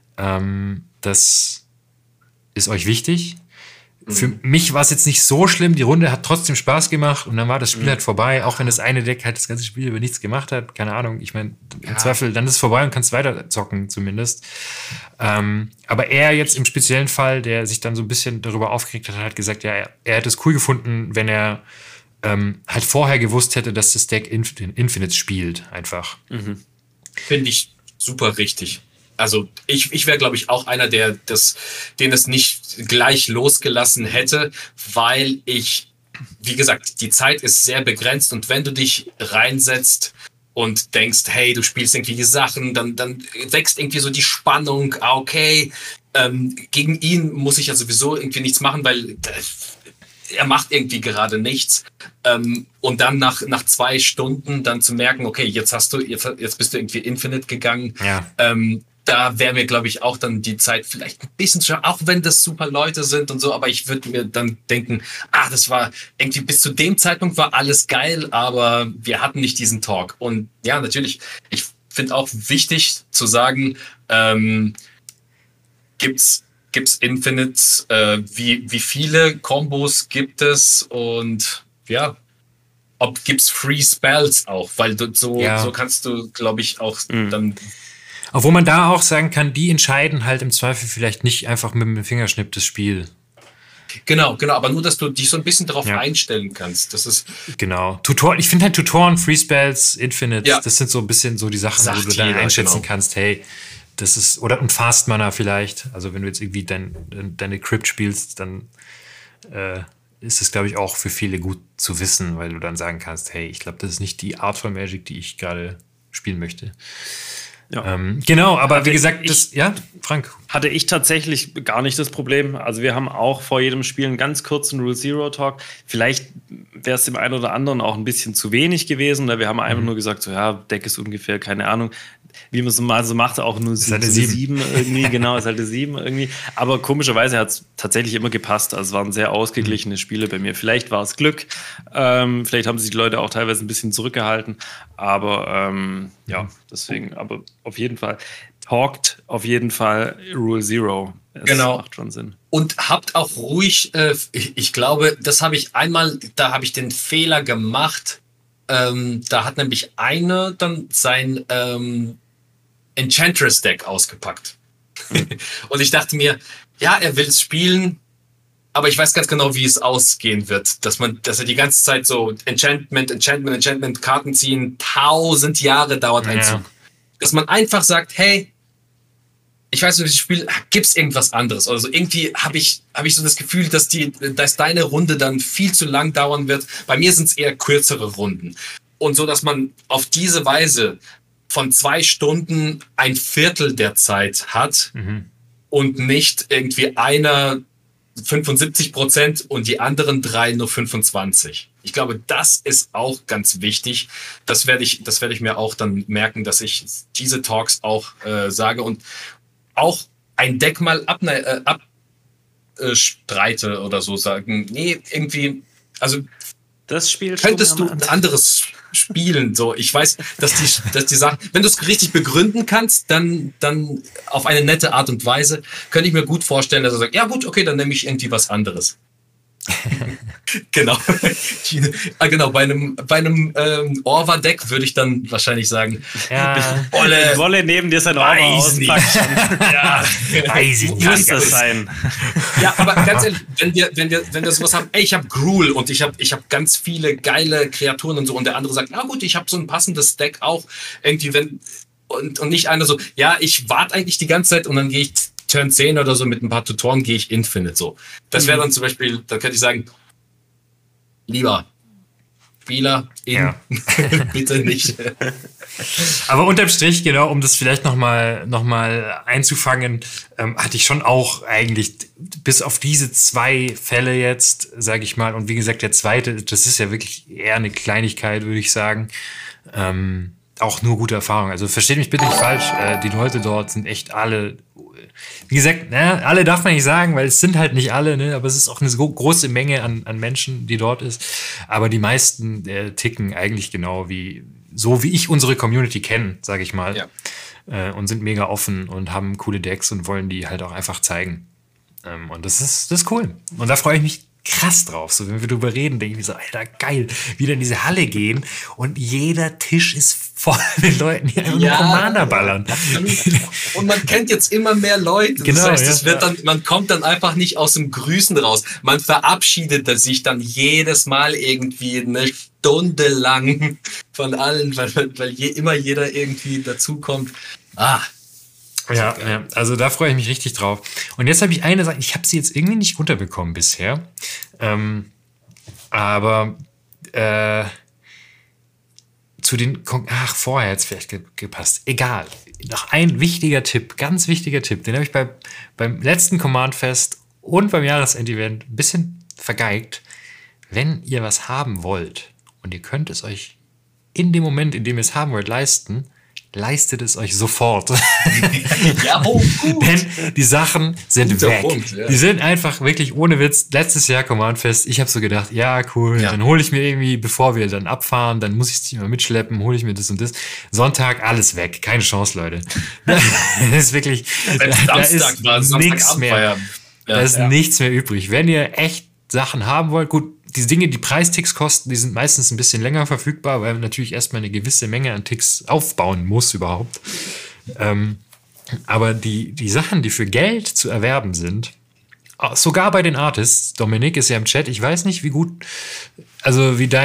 das ist euch wichtig. Für mich war es jetzt nicht so schlimm, die Runde hat trotzdem Spaß gemacht und dann war das Spiel halt vorbei, auch wenn das eine Deck halt das ganze Spiel über nichts gemacht hat, keine Ahnung, ich meine, im Zweifel, dann ist es vorbei und kannst weiter zocken zumindest. Aber er jetzt im speziellen Fall, der sich dann so ein bisschen darüber aufgeregt hat gesagt, ja, er hätte es cool gefunden, wenn er halt vorher gewusst hätte, dass das Deck Infinite spielt, einfach. Finde ich super richtig. Also ich wäre, glaube ich, auch einer, den es nicht gleich losgelassen hätte, weil wie gesagt, die Zeit ist sehr begrenzt und wenn du dich reinsetzt und denkst, hey, du spielst irgendwie die Sachen, dann wächst irgendwie so die Spannung, okay, gegen ihn muss ich ja sowieso irgendwie nichts machen, weil er macht irgendwie gerade nichts. Und dann nach 2 Stunden dann zu merken, okay, jetzt bist du irgendwie Infinite gegangen. Ja. Da wäre mir, glaube ich, auch dann die Zeit vielleicht ein bisschen schwer, auch wenn das super Leute sind und so, aber ich würde mir dann denken, das war irgendwie bis zu dem Zeitpunkt war alles geil, aber wir hatten nicht diesen Talk. Und ja, natürlich, ich finde auch wichtig zu sagen, gibt's Infinites, wie viele Kombos gibt es und ja, gibt's Free Spells auch, weil so kannst du, glaube ich, auch dann. Obwohl man da auch sagen kann, die entscheiden halt im Zweifel vielleicht nicht einfach mit dem Fingerschnipp das Spiel. Genau, aber nur, dass du dich so ein bisschen darauf einstellen kannst. Das ist genau. Ich finde halt Tutoren, Free Spells, Infinites, das sind so ein bisschen so die Sachen, wo du dann einschätzen kannst, hey, das ist, oder ein Fast Mana vielleicht. Also wenn du jetzt irgendwie deine Crypt spielst, dann ist es, glaube ich, auch für viele gut zu wissen, weil du dann sagen kannst, hey, ich glaube, das ist nicht die Art von Magic, die ich gerade spielen möchte. Ja. Genau, aber wie gesagt, Frank. Hatte ich tatsächlich gar nicht das Problem. Also wir haben auch vor jedem Spiel einen ganz kurzen Rule Zero Talk. Vielleicht wäre es dem einen oder anderen auch ein bisschen zu wenig gewesen. Wir haben einfach nur gesagt, so ja, Deck ist ungefähr, keine Ahnung, wie man es mal so macht, auch nur so eine 7 irgendwie. Genau, ist halt eine 7 irgendwie. Aber komischerweise hat es tatsächlich immer gepasst. Also es waren sehr ausgeglichene Spiele bei mir. Vielleicht war es Glück. Vielleicht haben sich die Leute auch teilweise ein bisschen zurückgehalten. Aber deswegen, aber auf jeden Fall. Talkt auf jeden Fall Rule Zero. Es macht schon Sinn. Und habt auch ruhig, ich glaube, da habe ich den Fehler gemacht. Da hat nämlich einer dann sein Enchantress-Deck ausgepackt. Und ich dachte mir, ja, er will es spielen, aber ich weiß ganz genau, wie es ausgehen wird. Dass er die ganze Zeit so Enchantment, Karten ziehen, 1000 Jahre dauert ein Zug. Dass man einfach sagt, hey, ich weiß nicht, wie ich spiele, gibt's irgendwas anderes? Also irgendwie habe ich so das Gefühl, dass deine Runde dann viel zu lang dauern wird. Bei mir sind es eher kürzere Runden. Und so, dass man auf diese Weise von 2 Stunden 1/4 der Zeit hat und nicht irgendwie einer 75% und die anderen 3 nur 25%. Ich glaube, das ist auch ganz wichtig. Das werde ich mir auch dann merken, dass ich diese Talks auch sage und auch ein Deck mal abstreite oder so sagen. Nee, irgendwie, also das Spiel könntest du ein anderes spielen. So, ich weiß, dass die Sachen, wenn du es richtig begründen kannst, dann auf eine nette Art und Weise, könnte ich mir gut vorstellen, dass er sagt, ja gut, okay, dann nehme ich irgendwie was anderes. Genau. Genau, bei einem Orva-Deck würde ich dann wahrscheinlich sagen, Wolle neben dir sein Orva auspackt. Ja, weiß ich nicht. Muss das sein. Ja, aber ganz ehrlich, wenn wir sowas haben, ich habe Gruul und ich hab ganz viele geile Kreaturen und so und der andere sagt, na gut, ich habe so ein passendes Deck auch irgendwie, und nicht einer so, ja, ich warte eigentlich die ganze Zeit und dann gehe ich Turn 10 oder so mit ein paar Tutoren gehe ich Infinite so. Das wäre dann zum Beispiel, da könnte ich sagen, lieber, Spieler bitte nicht. Aber unterm Strich, genau, um das vielleicht noch mal einzufangen, hatte ich schon auch eigentlich bis auf diese 2 Fälle jetzt, sage ich mal, und wie gesagt, der zweite, das ist ja wirklich eher eine Kleinigkeit, würde ich sagen, auch nur gute Erfahrung. Also versteht mich bitte nicht falsch, die Leute dort sind echt alle, wie gesagt, alle darf man nicht sagen, weil es sind halt nicht alle, ne, aber es ist auch eine große Menge an Menschen, die dort ist. Aber die meisten ticken eigentlich genau wie ich unsere Community kenne, sage ich mal. Ja. Und sind mega offen und haben coole Decks und wollen die halt auch einfach zeigen. Und das ist cool. Und da freue ich mich krass drauf. So, wenn wir drüber reden, denke ich mir so, Alter, geil, wieder in diese Halle gehen und jeder Tisch ist voll mit Leuten, die einfach nur Commander ballern. Und man kennt jetzt immer mehr Leute. Genau, das heißt, es wird dann, man kommt dann einfach nicht aus dem Grüßen raus. Man verabschiedet sich dann jedes Mal irgendwie eine Stunde lang von allen, weil immer jeder irgendwie dazukommt. Ja, also da freue ich mich richtig drauf. Und jetzt habe ich eine Sache, ich habe sie jetzt irgendwie nicht unterbekommen bisher. Aber zu den, vorher hätte es vielleicht gepasst. Egal. Noch ein wichtiger Tipp, ganz wichtiger Tipp, den habe ich beim letzten Command-Fest und beim Jahresend-Event ein bisschen vergeigt. Wenn ihr was haben wollt und ihr könnt es euch in dem Moment, in dem ihr es haben wollt, leistet es euch sofort. Ja, gut. Denn die Sachen sind Guter weg. Punkt, ja. Die sind einfach wirklich ohne Witz. Letztes Jahr Command-Fest, ich habe so gedacht, ja, cool, dann hole ich mir irgendwie, bevor wir dann abfahren, dann muss ich es nicht mehr mitschleppen, hole ich mir das und das. Sonntag, alles weg. Keine Chance, Leute. Das ist wirklich, da ist nichts mehr. Da ist nichts mehr übrig. Wenn ihr echt Sachen haben wollt, gut, diese Dinge, die Preisticks kosten, die sind meistens ein bisschen länger verfügbar, weil man natürlich erstmal eine gewisse Menge an Ticks aufbauen muss überhaupt. Aber die Sachen, die für Geld zu erwerben sind, sogar bei den Artists, Dominik ist ja im Chat, ich weiß nicht, wie gut, also wie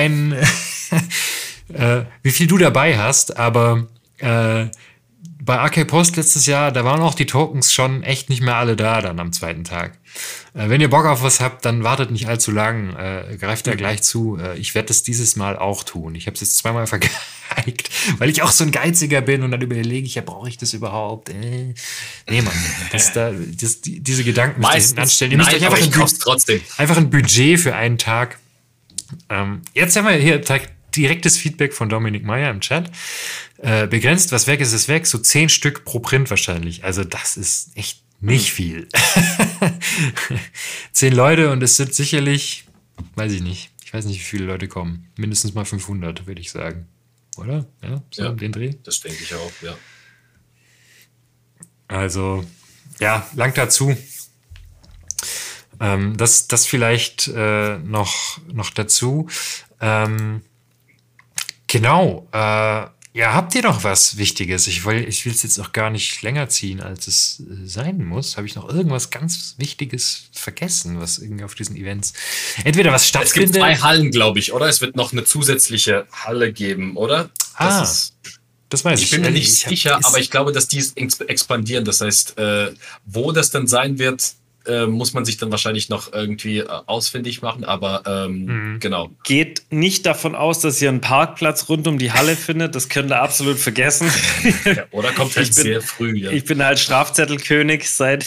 wie viel du dabei hast, aber bei AK Post letztes Jahr, da waren auch die Tokens schon echt nicht mehr alle da dann am zweiten Tag. Wenn ihr Bock auf was habt, dann wartet nicht allzu lang, greift da gleich zu. Ich werde das dieses Mal auch tun. Ich habe es jetzt 2-mal vergeigt, weil ich auch so ein Geiziger bin und dann überlege ich, ja, brauche ich das überhaupt? Nee, Mann, diese Gedanken müsst ihr hinten anstellen. Ihr müsst euch einfach ein Budget für einen Tag. Jetzt haben wir hier direktes Feedback von Dominik Meyer im Chat. Begrenzt, was weg ist weg. So 10 Stück pro Print wahrscheinlich. Also das ist echt nicht viel. 10 Leute und es sind sicherlich, weiß ich nicht. Ich weiß nicht, wie viele Leute kommen. Mindestens mal 500, würde ich sagen. Oder? Ja, so den Dreh. Das denke ich auch, ja. Also, ja, lang dazu. Das vielleicht noch dazu. Genau. Ja, habt ihr noch was Wichtiges? Ich will es jetzt auch gar nicht länger ziehen, als es sein muss. Habe ich noch irgendwas ganz Wichtiges vergessen, was irgendwie auf diesen Events entweder was stattfindet? Es gibt 2 Hallen, glaube ich, oder? Es wird noch eine zusätzliche Halle geben, oder? Das weiß ich. Ich bin mir nicht sicher, aber ich glaube, dass die expandieren. Das heißt, wo das dann sein wird, muss man sich dann wahrscheinlich noch irgendwie ausfindig machen, aber genau. Geht nicht davon aus, dass ihr einen Parkplatz rund um die Halle findet. Das könnt ihr absolut vergessen. Ja, oder kommt halt sehr früh. Ja. Ich bin halt Strafzettelkönig seit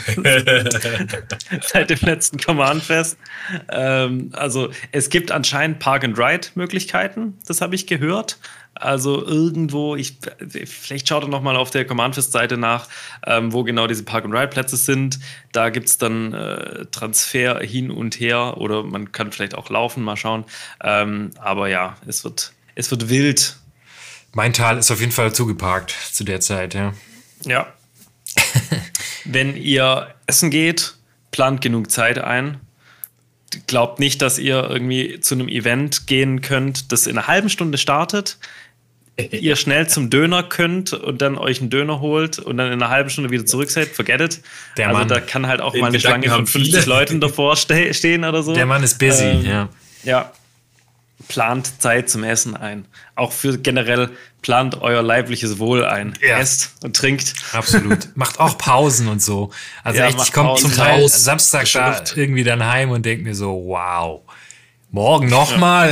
dem letzten Command-Fest. Also es gibt anscheinend Park-and-Ride-Möglichkeiten, das habe ich gehört. Also irgendwo, vielleicht schaut ihr noch mal auf der Command-Fest-Seite nach, wo genau diese Park-and-Ride-Plätze sind. Da gibt es dann Transfer hin und her oder man kann vielleicht auch laufen, mal schauen. Aber ja, es wird wild. Mein Tal ist auf jeden Fall zugeparkt zu der Zeit, ja. Ja. Wenn ihr essen geht, plant genug Zeit ein. Glaubt nicht, dass ihr irgendwie zu einem Event gehen könnt, das in einer halben Stunde startet, ihr schnell zum Döner könnt und dann euch einen Döner holt und dann in einer halben Stunde wieder zurück seid. Forget it. Also da kann halt auch mal eine Schlange von 50 Leuten davor stehen oder so. Der Mann ist busy, ja. Ja. Plant Zeit zum Essen ein. Auch für generell plant euer leibliches Wohl ein. Ja. Esst und trinkt. Absolut. Macht auch Pausen und so. Also Ja, echt, ich komme zum Teil Samstag da irgendwie dann heim und denke mir so, wow, Morgen nochmal.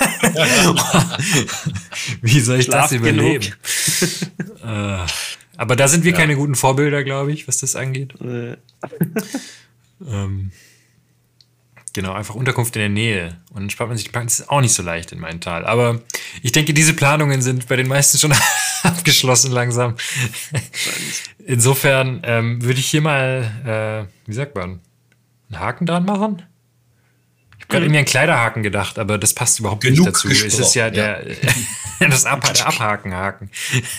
Wie soll ich Schlaf das überleben? Aber da sind wir keine guten Vorbilder, glaube ich, was das angeht. Genau, einfach Unterkunft in der Nähe. Und dann spart man sich die Planung. Das ist auch nicht so leicht in meinem Tal. Aber ich denke, diese Planungen sind bei den meisten schon abgeschlossen langsam. Insofern würde ich hier mal, wie sagt man, einen Haken dran machen? Ich habe gerade irgendwie an Kleiderhaken gedacht, aber das passt überhaupt Genug nicht dazu. Es ist ja der Abhaken.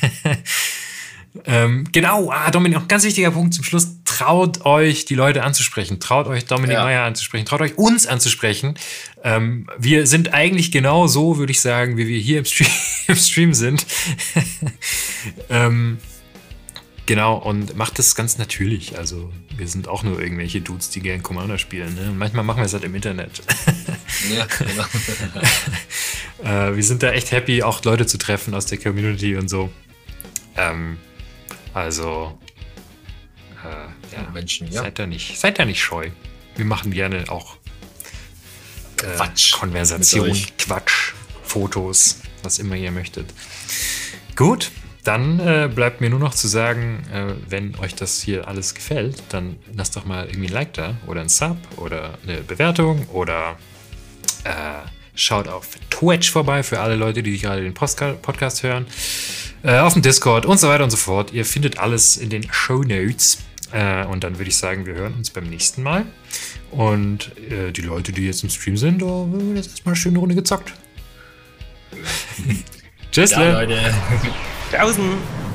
Genau, Dominik, noch ein ganz wichtiger Punkt zum Schluss. Traut euch, die Leute anzusprechen. Traut euch, Dominik Meyer anzusprechen. Traut euch, uns anzusprechen. Wir sind eigentlich genau so, würde ich sagen, wie wir hier im Stream sind. Genau, und macht das ganz natürlich. Also, wir sind auch nur irgendwelche Dudes, die gern Commander spielen. Ne? Und manchmal machen wir es halt im Internet. Ja, genau. Wir sind da echt happy, auch Leute zu treffen aus der Community und so. Menschen, seid da nicht scheu. Wir machen gerne auch Konversation, Quatsch, Fotos, was immer ihr möchtet. Gut, dann bleibt mir nur noch zu sagen, wenn euch das hier alles gefällt, dann lasst doch mal irgendwie ein Like da oder ein Sub oder eine Bewertung oder schaut auf Twitch vorbei für alle Leute, die gerade den Podcast hören. Auf dem Discord und so weiter und so fort. Ihr findet alles in den Shownotes. Und dann würde ich sagen, wir hören uns beim nächsten Mal. Und die Leute, die jetzt im Stream sind, wird jetzt erstmal eine schöne Runde gezockt. Tschüss, ja, Leute. Tausend.